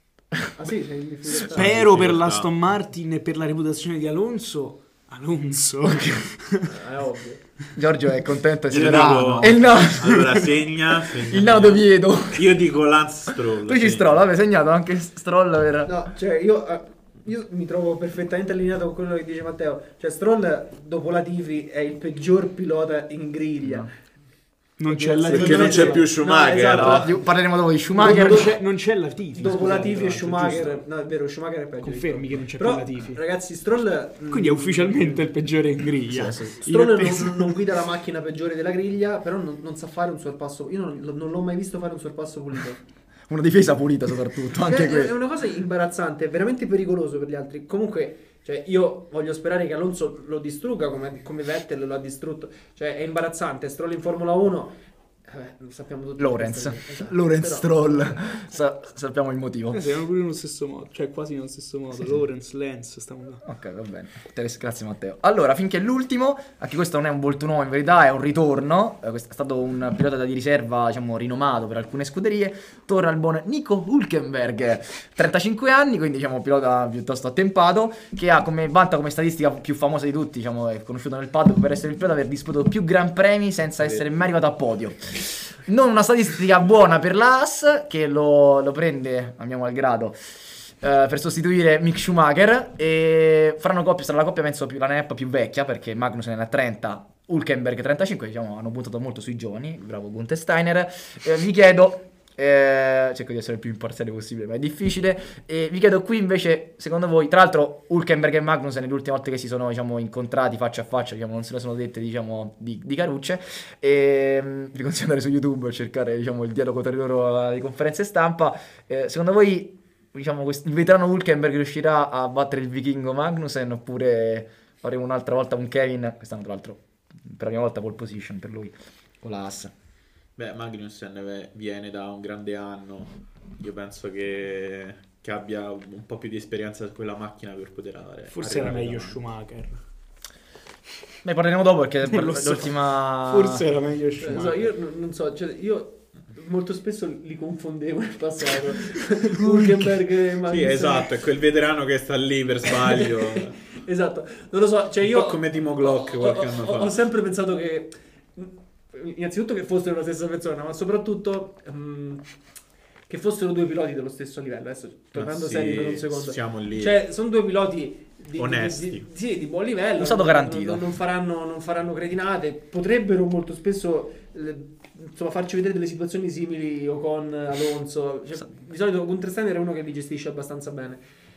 Ah sì, sei in difficoltà. Spero sì, per sì, l'Aston Martin e per la reputazione di Alonso. Alonso. È ovvio. Giorgio è contento e si Io vedrà. dico- E il nano, Allora segna, segna. il nano d'Oviedo. Io dico Lance Stroll. Tu ci sì. Stroll, vabbè, segnato anche Stroll per... No, cioè io, eh, io mi trovo perfettamente allineato con quello che dice Matteo. Cioè Stroll dopo Latifi è il peggior pilota in griglia. Non c'è la Perché non c'è più Schumacher. No, esatto. No, parleremo dopo di Schumacher. Non c'è, non c'è la Tifi. Dopo scusate, Latifi tra e l'altro, Schumacher, giusto? no è vero, Schumacher è peggio. di Confermi Stroll. che non c'è Però, più Latifi. ragazzi, Stroll mh, Quindi è ufficialmente il peggiore in griglia. Sì, sì. Stroll Io non, penso- non guida la macchina peggiore della griglia, però non, non sa fare un sorpasso. Io non, non l'ho mai visto fare un sorpasso pulito. Una difesa pulita soprattutto, anche Cioè, è, è quello. una cosa imbarazzante, è veramente pericoloso per gli altri. Comunque, cioè, io voglio sperare che Alonso lo distrugga come, come Vettel lo ha distrutto. Cioè, è imbarazzante. Stroll in Formula uno. Vabbè, lo sappiamo tutti. Lawrence, Esatto. Lawrence Però- Stroll, Sa- sappiamo il motivo. Eh, siamo pure nello stesso modo, cioè quasi nello stesso modo. Lawrence, Lance, stiamo là. Ok, va bene. Interes- Grazie Matteo. Allora, finché l'ultimo, anche questo non è un volto nuovo in verità, è un ritorno. Eh, questo è stato un pilota di riserva, diciamo, rinomato per alcune scuderie. Torna il buon Nico Hülkenberg, trentacinque anni, quindi diciamo un pilota piuttosto attempato, che ha come vanta come statistica più famosa di tutti, diciamo, è conosciuto nel paddock per essere il pilota aver disputato più gran premi senza essere mai arrivato a podio. Non una statistica buona per l'A S, che lo, lo prende a mio malgrado per sostituire Mick Schumacher, e faranno coppia, sarà la coppia penso più, la lineup più vecchia, perché Magnussen è a trenta, Hülkenberg trentacinque, diciamo hanno puntato molto sui giovani, bravo Gunther Steiner. Eh, vi chiedo, eh, cerco di essere il più imparziale possibile ma è difficile, e vi chiedo qui invece, secondo voi, tra l'altro Hülkenberg e Magnussen le ultime volte che si sono diciamo incontrati faccia a faccia, diciamo non se ne sono dette diciamo di, di carucce, e um, vi consiglio di andare su YouTube a cercare diciamo il dialogo tra loro alle conferenze stampa. Eh, secondo voi diciamo quest- il veterano Hülkenberg riuscirà a battere il vichingo Magnussen, oppure faremo un'altra volta un Kevin, quest'anno tra l'altro per la prima volta pole position per lui con la Haas? Beh, Magnussen viene da un grande anno, io penso che, che abbia un po' più di esperienza su quella macchina per poter avere. Forse era meglio Schumacher. Ne parleremo dopo perché per lo so. l'ultima... Forse era meglio Eh, Schumacher. so, io non, non so, cioè, io molto spesso li confondevo nel passato. Hülkenberg e Magnussen. Sì, esatto, è quel veterano che sta lì per sbaglio. Esatto, non lo so, cioè Un io po' come Timo Glock ho- qualche ho- anno ho- fa. Ho sempre pensato che innanzitutto che fossero la stessa persona, ma soprattutto mm, che fossero due piloti dello stesso livello. Adesso tornando Ma sì, seri per un secondo. siamo lì. Cioè, sono due piloti di, Onesti. di, di, sì, di buon livello. Un stato non- garantito. Non, non faranno, non faranno cretinate. Potrebbero molto spesso eh, insomma, farci vedere delle situazioni simili o con Alonso. Cioè, di solito Gunther Steiner è uno che li gestisce abbastanza bene.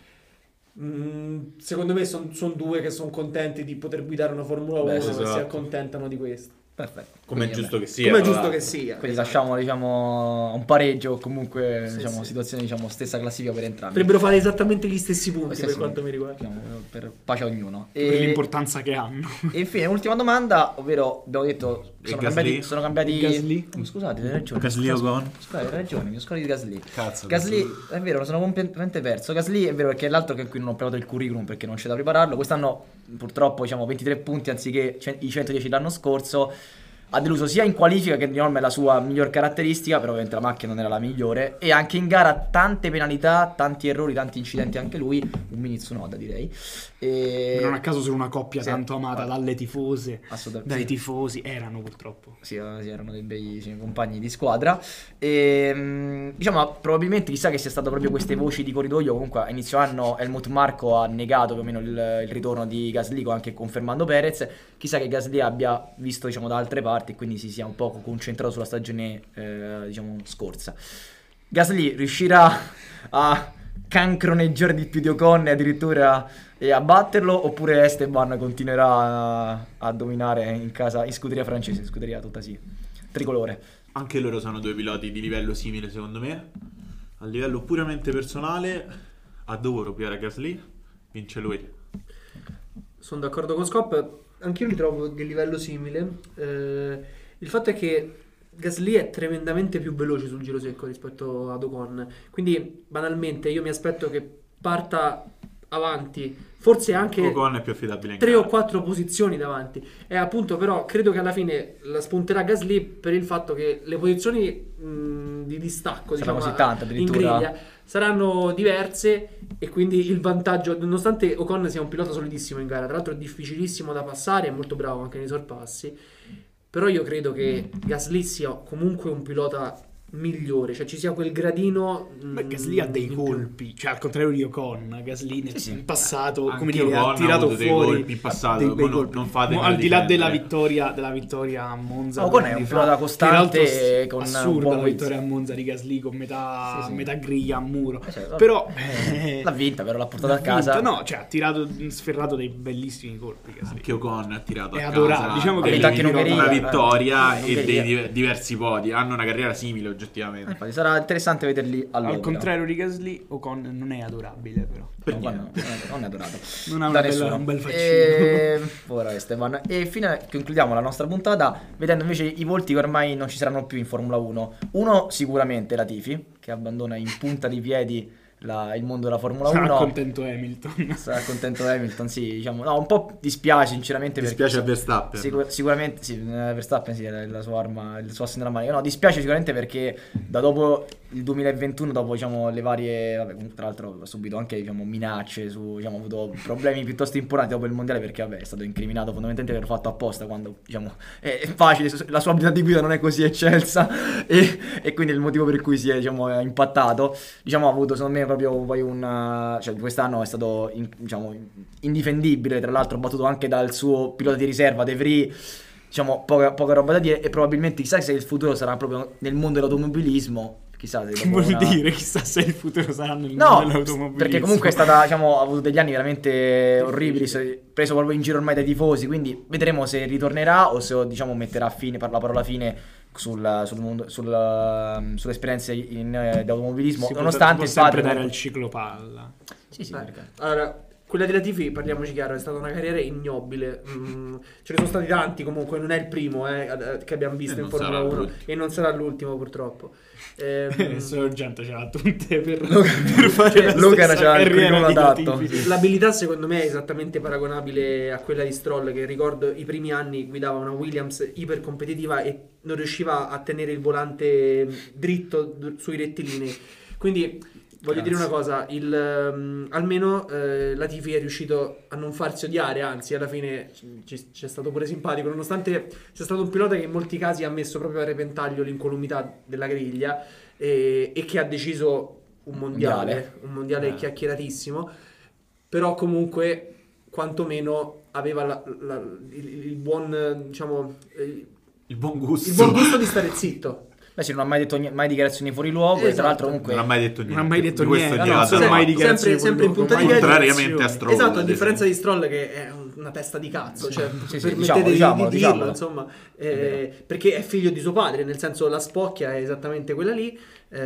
Mm, secondo me sono due che sono contenti di poter guidare una Formula uno Beh, e esatto. si accontentano di questo. Perfetto. Come è Quindi, giusto vabbè. che sia. Come è tra giusto che l'altro. sia. Quindi esatto. lasciamo diciamo un pareggio o comunque Sì, diciamo sì. situazione diciamo stessa classifica per entrambi. Potrebbero fare esattamente gli stessi punti Sì, per sì. quanto mi riguarda. Diciamo, per pace a ognuno. Per E, l'importanza che hanno. e infine ultima domanda, ovvero abbiamo detto E sono Gasly? cambiati, sono cambiati... Gasly? Oh, scusate, hai ragione. Gasly o Ocon? Scusate, hai ragione, mi scordo di Gasly. Cazzo. Gasly, è vero, sono completamente perso. Gasly è vero perché è l'altro che qui non ho provato il curriculum perché non c'è da prepararlo. Quest'anno purtroppo diciamo ventitré punti anziché cent- i centodieci l'anno scorso. Ha deluso sia in qualifica, che di norma è la sua miglior caratteristica, però ovviamente la macchina non era la migliore, e anche in gara tante penalità, tanti errori, tanti incidenti anche lui, un mini Tsunoda direi. E... Non a caso sono una coppia Sì. tanto amata dalle tifose, Assolutamente. dai Sì. tifosi, erano purtroppo. Sì, eh, sì, erano dei bei sì, compagni di squadra. E, mh, diciamo, probabilmente chissà che sia stato proprio queste voci di corridoio. Comunque, a inizio anno Helmut Marko ha negato più o meno il, il ritorno di Gasly, anche confermando Perez. Chissà che Gasly abbia visto, diciamo, da altre parti e quindi si sia un po' concentrato sulla stagione, eh, diciamo, scorsa. Gasly riuscirà a cancroneggiare di più di Ocon e addirittura e a batterlo, oppure Esteban continuerà a, a dominare in casa, in scuderia francese, in scuderia tutta sì, tricolore? Anche loro sono due piloti di livello simile secondo me. A livello puramente personale, adoro Pierre Gasly, vince lui. Sono d'accordo con Scott, anch'io li trovo di livello simile. Eh, il fatto è che Gasly è tremendamente più veloce sul giro secco rispetto ad Ocon, quindi banalmente io mi aspetto che parta avanti, forse anche Ocon è più affidabile in tre gara. o quattro posizioni davanti, e appunto però credo che alla fine la spunterà Gasly per il fatto che le posizioni mh, di distacco, Sarà diciamo, così tante, in addirittura. griglia saranno diverse, e quindi il vantaggio, nonostante Ocon sia un pilota solidissimo in gara, tra l'altro è difficilissimo da passare, è molto bravo anche nei sorpassi, però io credo che Gasly sia comunque un pilota migliore, cioè ci sia quel gradino. Beh, mh, Gasly ha dei in più. colpi, cioè al contrario di Ocon, Gasly nel Sì, sì. in passato, Anche come dire, Ocon ha ha tirato avuto dei fuori colpi in passato, dei ma bei non- colpi. non fatemi Mo, al di là difendere. della vittoria, della vittoria a Monza, Ocon due è un anni pilota fa, costante che in realtà con un assurda buon la whiz. vittoria a Monza di Gasly con metà, Sì, sì. metà griglia a muro. Eh, cioè, vabbè. Però Eh, l'ha vinta, però l'ha portata l'ha a casa. vinta, no, cioè ha tirato, sferrato dei bellissimi colpi Gasly. Anche Ocon ha tirato È a adorato, casa diciamo che Ha vinto anche in Ungheria, una eh. vittoria In e Ungheria. dei di- diversi podi. Hanno una carriera simile Eh, oggettivamente. Infatti sarà interessante vederli all'opera. Al contrario di Gasly, Ocon non è adorabile però. Per No, guarda, niente. non è- non è adorato. Non ha Da una bella- nessuno. un bel faccino. E... Ora Esteban. E fine concludiamo la nostra puntata vedendo invece i volti che ormai non ci saranno più in Formula uno. Uno sicuramente Latifi, che abbandona in punta di piedi la- il mondo della Formula Sarà uno. contento Hamilton. Sarà contento Hamilton, sì, diciamo. No, un po' dispiace sinceramente. Dispiace a perché- Verstappen. Sicur- sicuramente sì, eh, Verstappen sì, è la sua arma, il suo asso nella manica. No, dispiace sicuramente perché da dopo il duemilaventuno, dopo diciamo le varie, vabbè, comunque, tra l'altro ha subito anche diciamo minacce su, diciamo, ha avuto problemi piuttosto importanti dopo il mondiale perché vabbè, è stato incriminato fondamentalmente per aver fatto apposta quando diciamo è, è facile, la sua abilità di guida non è così eccelsa e, e quindi è il motivo per cui si è diciamo impattato. Diciamo ha avuto secondo me proprio poi un... cioè quest'anno è stato in- diciamo indifendibile, tra l'altro battuto anche dal suo pilota di riserva De Vries, diciamo poca, poca roba da dire, e probabilmente chissà se il futuro sarà proprio nel mondo dell'automobilismo, chissà se Che vuol una... dire? Chissà se il futuro sarà nel mondo No, dell'automobilismo. perché comunque è stata, diciamo, ha avuto degli anni veramente orribili, se- preso proprio in giro ormai dai tifosi, quindi vedremo se ritornerà o se, diciamo, metterà fine, per la parola fine sul, sul mondo, sul, sulle esperienze in, eh, di automobilismo, Si può- nonostante si può il sempre padre... dare al ciclo palla. Sì, sì, Eh, perché... Allora, quella di Latifi, parliamoci chiaro, è stata una carriera ignobile. Mm, ce ne sono stati tanti comunque, non è il primo eh, ad- che abbiamo visto E in non Formula sarà uno l'ultimo. e non sarà l'ultimo purtroppo. Ehm, Sorgente ce l'ha tutte per, Luca- per fare la Luca stessa c'ha il carriera curriculum di adatto. Latifi. L'abilità secondo me è esattamente paragonabile a quella di Stroll, che ricordo i primi anni guidava una Williams iper competitiva e non riusciva a tenere il volante dritto d- sui rettilinei. Quindi voglio Grazie. dire una cosa, il, ehm, almeno eh, Latifi è riuscito a non farsi odiare, anzi alla fine ci, ci è stato pure simpatico, nonostante sia stato un pilota che in molti casi ha messo proprio a repentaglio l'incolumità della griglia e, e che ha deciso un mondiale, Mondiale. un mondiale Eh. chiacchieratissimo, però comunque quantomeno aveva la- la- il, il buon, eh, diciamo, eh, Il buon gusto. il buon gusto di stare zitto. Beh sì, non ha mai detto niente, mai dichiarazioni fuori luogo, e tra Esatto. l'altro comunque... Non ha mai detto niente. Non ha mai detto Di questo niente, gliela no, do. sono mai Sempre- dichiarazioni sempre in fuori punta luogo, di mai piedi. Contrariamente a Stroll. Esatto, a ad differenza esempio. di Stroll che è un- una testa di cazzo, cioè Sì, sì, permettete diciamolo, di, diciamolo, di dirlo, diciamolo. insomma, eh, perché è figlio di suo padre, nel senso la spocchia è esattamente quella lì,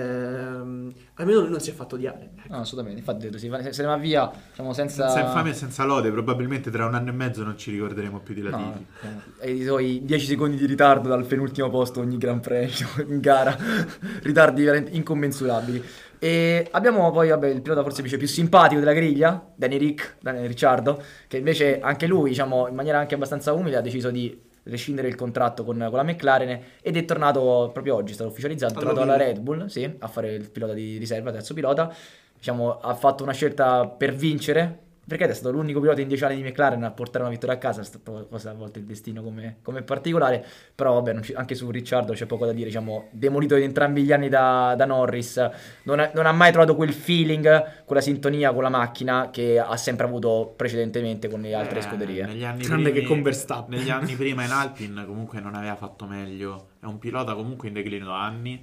ehm, almeno lui non si è fatto odiare. No, assolutamente, infatti ho detto, si va- se se ne va via, diciamo, senza... Senza infamia e senza lode, probabilmente tra un anno e mezzo non ci ricorderemo più di No, Latifi. no, e i suoi dieci secondi di ritardo dal penultimo posto ogni Gran Premio in gara, ritardi veramente incommensurabili. E abbiamo poi, vabbè, il pilota forse invece più simpatico della griglia, Danny Rick, Danny Ricciardo, che invece anche lui, diciamo, in maniera anche abbastanza umile ha deciso di rescindere il contratto con, con la McLaren ed è tornato proprio oggi, è stato ufficializzato, è tornato alla Red Bull, sì, a fare il pilota di riserva, terzo pilota. Diciamo, ha fatto una scelta per vincere, perché è stato l'unico pilota in dieci anni di McLaren a portare una vittoria a casa, è stata cosa a volte il destino come, come particolare, però vabbè, non ci- anche su Ricciardo c'è poco da dire, diciamo, demolito in entrambi gli anni da, da Norris, non ha, non ha mai trovato quel feeling, quella sintonia con la macchina che ha sempre avuto precedentemente con le altre Eh, scuderie. Negli anni Tranne primi- che con Verstappen. Negli anni prima in Alpine comunque non aveva fatto meglio. È un pilota comunque in declino da anni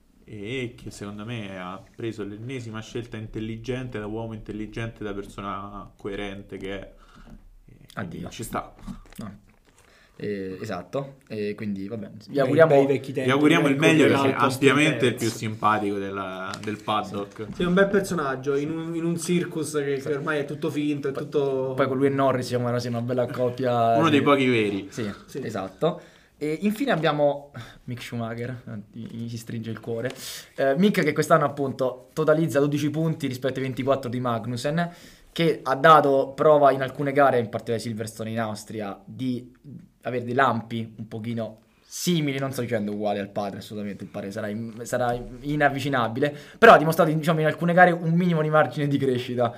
e che secondo me ha preso l'ennesima scelta intelligente, da uomo intelligente, da persona coerente che è. E quindi Addio. ci sta. No. Eh, esatto, e quindi vabbè, vi Bei- auguriamo... bei vecchi tempi, Gli auguriamo il meglio ricorderà perché al posto ampiamente in il più terzo. simpatico della- del paddock. Sì, è un bel personaggio in un, in un circus che, che ormai è tutto finto, è tutto... Poi con lui e Norris siamo una, sì, una bella coppia. Uno sì. dei pochi veri. Sì, Sì. esatto. E infine abbiamo Mick Schumacher, mi, mi si stringe il cuore. Eh, Mick che quest'anno appunto totalizza dodici punti rispetto ai ventiquattro di Magnussen, che ha dato prova in alcune gare, in particolare Silverstone in Austria, di avere dei lampi un pochino simili, non sto dicendo uguali al padre, assolutamente il padre sarà, in- sarà inavvicinabile, però ha dimostrato, diciamo, in alcune gare un minimo di margine di crescita.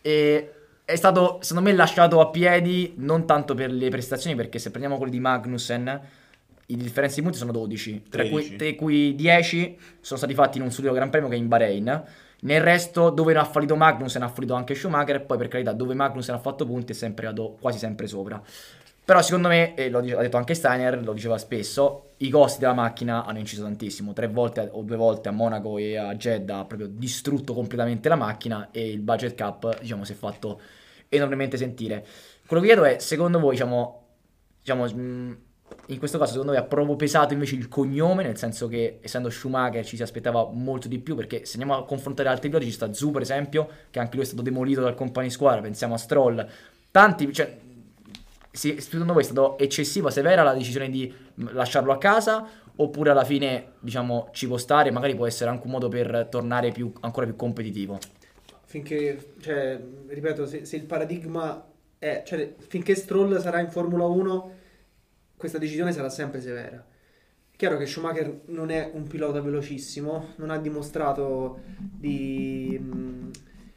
E è stato, secondo me, lasciato a piedi non tanto per le prestazioni, perché se prendiamo quelli di Magnussen, i differenze di punti sono dodici, tra cui, tredici. tra cui dieci sono stati fatti in un solo Gran Premio che è in Bahrain. Nel resto, dove non ha fallito Magnussen, ha fallito anche Schumacher, e poi per carità, dove Magnussen ha fatto punti è sempre andato quasi sempre sopra. Però secondo me, e lo dice- ha detto anche Steiner, lo diceva spesso, i costi della macchina hanno inciso tantissimo. Tre volte o due volte a Monaco e a Jeddah ha proprio distrutto completamente la macchina, e il budget cap, diciamo, si è fatto enormemente sentire. Quello che chiedo è, secondo voi, diciamo, diciamo mh, in questo caso secondo voi ha proprio pesato invece il cognome, nel senso che essendo Schumacher ci si aspettava molto di più, perché se andiamo a confrontare altri piloti ci sta Zu per esempio, che anche lui è stato demolito dal compagno di squadra, pensiamo a Stroll, tanti, cioè, sì, secondo voi è stata eccessiva, severa la decisione di mh, lasciarlo a casa, oppure alla fine, diciamo, ci può stare, magari può essere anche un modo per tornare più, ancora più competitivo? Finché, cioè, ripeto, se, se il paradigma è, cioè, finché Stroll sarà in Formula uno, questa decisione sarà sempre severa. È chiaro che Schumacher non è un pilota velocissimo, non ha dimostrato di, mh,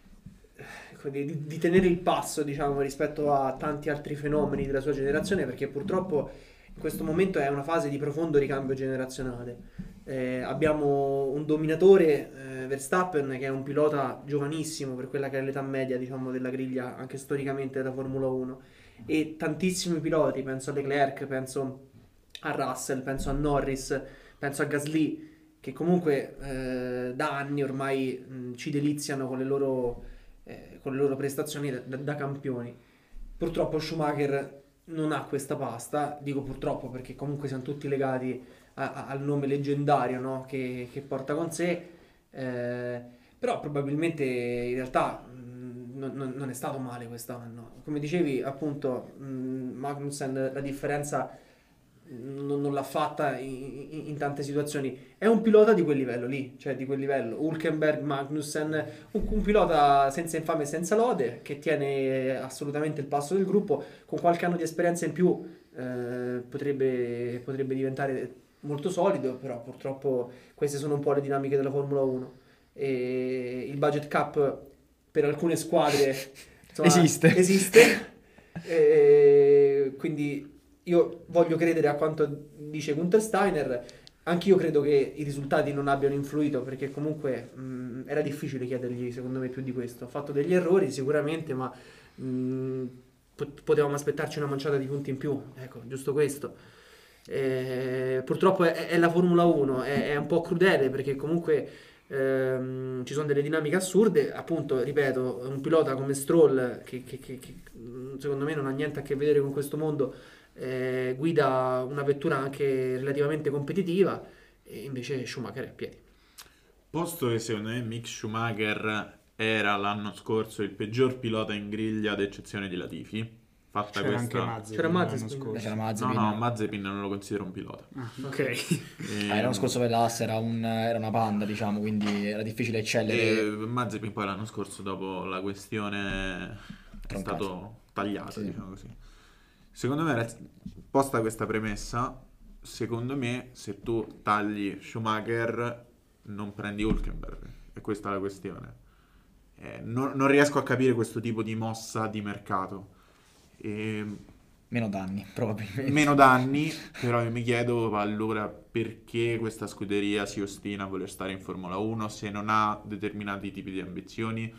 di, di tenere il passo, diciamo, rispetto a tanti altri fenomeni della sua generazione, perché purtroppo in questo momento è una fase di profondo ricambio generazionale. Eh, abbiamo un dominatore, eh, Verstappen, che è un pilota giovanissimo per quella che è l'età media, diciamo, della griglia, anche storicamente della Formula uno, e tantissimi piloti, penso a Leclerc, penso a Russell, penso a Norris, penso a Gasly, che comunque eh, da anni ormai mh, ci deliziano con le loro, eh, con le loro prestazioni da, da campioni. Purtroppo Schumacher non ha questa pasta, dico purtroppo perché comunque siamo tutti legati a, a, al nome leggendario, no? che, che porta con sé, eh, però probabilmente in realtà mh, non, non è stato male quest'anno. Come dicevi appunto, mh, Magnussen la differenza non, non l'ha fatta in, in, in tante situazioni. È un pilota di quel livello lì, cioè di quel livello Hülkenberg, Magnussen, un, un pilota senza infame e senza lode, che tiene assolutamente il passo del gruppo. Con qualche anno di esperienza in più eh, potrebbe, potrebbe diventare molto solido, però purtroppo queste sono un po' le dinamiche della Formula uno, e il budget cap per alcune squadre insomma, esiste, esiste. E quindi io voglio credere a quanto dice Gunther Steiner. Anch'io credo che i risultati non abbiano influito, perché comunque mh, era difficile chiedergli, secondo me, più di questo. Ha fatto degli errori sicuramente, ma mh, pot- potevamo aspettarci una manciata di punti in più, ecco, giusto questo. Eh, purtroppo è, è la Formula uno, è, è un po' crudele, perché comunque ehm, ci sono delle dinamiche assurde. Appunto, ripeto, un pilota come Stroll, che, che, che, che secondo me non ha niente a che vedere con questo mondo, Eh, guida una vettura anche relativamente competitiva, e invece Schumacher è a piedi. Posto che secondo me Mick Schumacher era l'anno scorso il peggior pilota in griglia ad eccezione di Latifi, fatta C'era questa... anche Mazepin C'era Mazepin. l'anno scorso. C'era No, Mazepin. no, Mazepin non lo considero un pilota. Ah, ok. E... Ah, l'anno scorso per l'Haas era, un, era una panda, diciamo, quindi era difficile eccellere. E Mazepin poi l'anno scorso, dopo la questione, è Troncato. stato tagliato, Sì. diciamo così. Secondo me, posta questa premessa, secondo me se tu tagli Schumacher non prendi Hülkenberg, e questa è la questione. Eh, non, non riesco a capire questo tipo di mossa di mercato. E Meno danni, probabilmente. meno danni, però io mi chiedo allora perché questa scuderia si ostina a voler stare in Formula uno se non ha determinati tipi di ambizioni.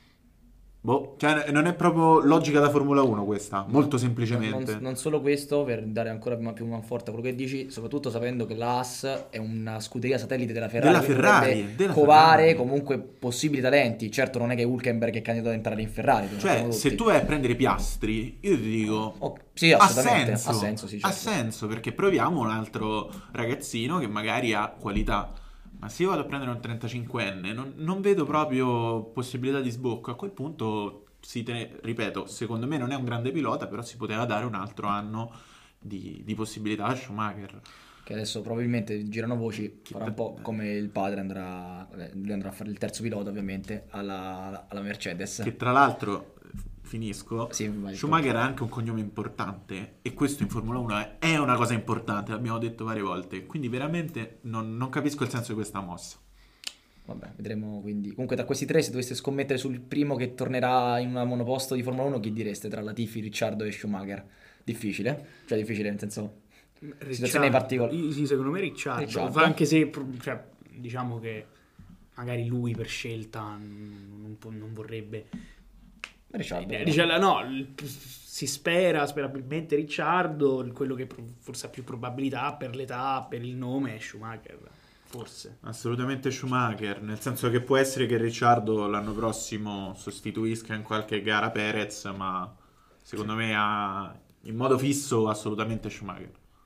Boh, cioè non è proprio logica da Formula uno questa, molto semplicemente. Non, non solo questo, per dare ancora più, più manforte a quello che dici, soprattutto sapendo che la Haas è una scuderia satellite della Ferrari, Della quindi Ferrari, dovrebbe della covare Ferrari. comunque possibili talenti. Certo non è che Hülkenberg è candidato ad entrare in Ferrari, lo Cioè, sappiamo se tutti. tu vai a prendere Piastri, io ti dico... Oh, sì, ha assolutamente, senso, ha senso, sì, ha certo. senso, perché proviamo un altro ragazzino che magari ha qualità. Ma se io vado a prendere un trentacinquenne, non, non vedo proprio possibilità di sbocco. A quel punto... Si te, ripeto, secondo me non è un grande pilota, però si poteva dare un altro anno di, di possibilità a Schumacher. Che adesso probabilmente girano voci, Che farà un po' come il padre andrà, vabbè, lui andrà a fare il terzo pilota ovviamente alla, alla Mercedes. Che tra l'altro, finisco, Sì, vai, Schumacher ha anche un cognome importante, e questo in Formula uno è, è una cosa importante, l'abbiamo detto varie volte, quindi veramente non, non capisco il senso di questa mossa. Vabbè, vedremo quindi. Comunque da questi tre, se doveste scommettere sul primo che tornerà in una monoposto di Formula uno, chi direste tra Latifi, Ricciardo e Schumacher? Difficile? Cioè difficile nel senso... Situazioni particolari. Sì, secondo me Ricciardo. Ricciardo. Anche se, cioè, diciamo che magari lui per scelta non, non, non vorrebbe... Ricciardo. Eh, Ricciardo, no, il- si spera, sperabilmente Ricciardo, quello che pro- forse ha più probabilità per l'età, per il nome è Schumacher, forse. Assolutamente Schumacher, nel senso che può essere che Ricciardo l'anno prossimo sostituisca in qualche gara Perez, ma secondo me ha, in modo fisso assolutamente Schumacher.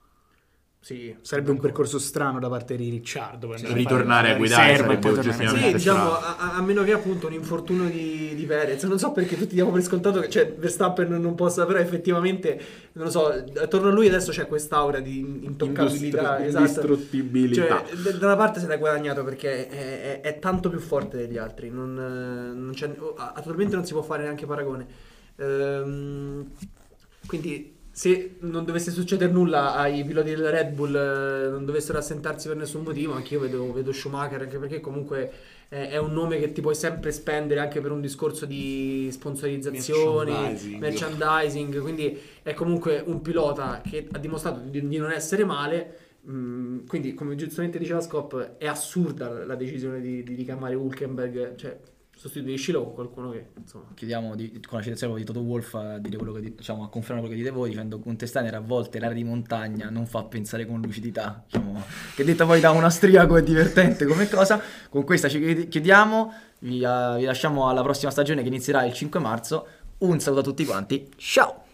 Sì, Sarebbe un percorso strano da parte di Ricciardo per andare a ritornare fare a guidare riserva e sarebbe poi tornare in oggettivamente Sì, reserva. diciamo, strano. a, a meno che appunto un infortunio di, di Perez, non so perché tutti diamo per scontato che, cioè, Verstappen non possa, però effettivamente, non lo so, attorno a lui adesso c'è quest'aura di intoccabilità, Indistru- esatto. indistruttibilità. Cioè, d- da una parte se l'ha guadagnato perché è, è- è tanto più forte degli altri, non, eh, non c'è, oh, attualmente non si può fare neanche paragone. Ehm, quindi se non dovesse succedere nulla ai piloti del Red Bull, eh, non dovessero assentarsi per nessun motivo, anche io vedo, vedo Schumacher, anche perché comunque è, è un nome che ti puoi sempre spendere anche per un discorso di sponsorizzazioni, Merchandising. merchandising, quindi è comunque un pilota che ha dimostrato di, di non essere male, Mm, quindi, come giustamente diceva Scop, è assurda la decisione di, di ricamare Hülkenberg, cioè sostituiscilo con qualcuno che, insomma... Chiediamo di, con la citazione di Toto Wolff a dire quello che di- diciamo, a confermare quello che dite voi, dicendo Gunther Steiner a volte l'area di montagna non fa pensare con lucidità, diciamo, che detta poi da un austriaco è divertente come cosa. Con questa ci chiedi- chiudiamo, vi, eh, vi lasciamo alla prossima stagione che inizierà il cinque marzo. Un saluto a tutti quanti, ciao!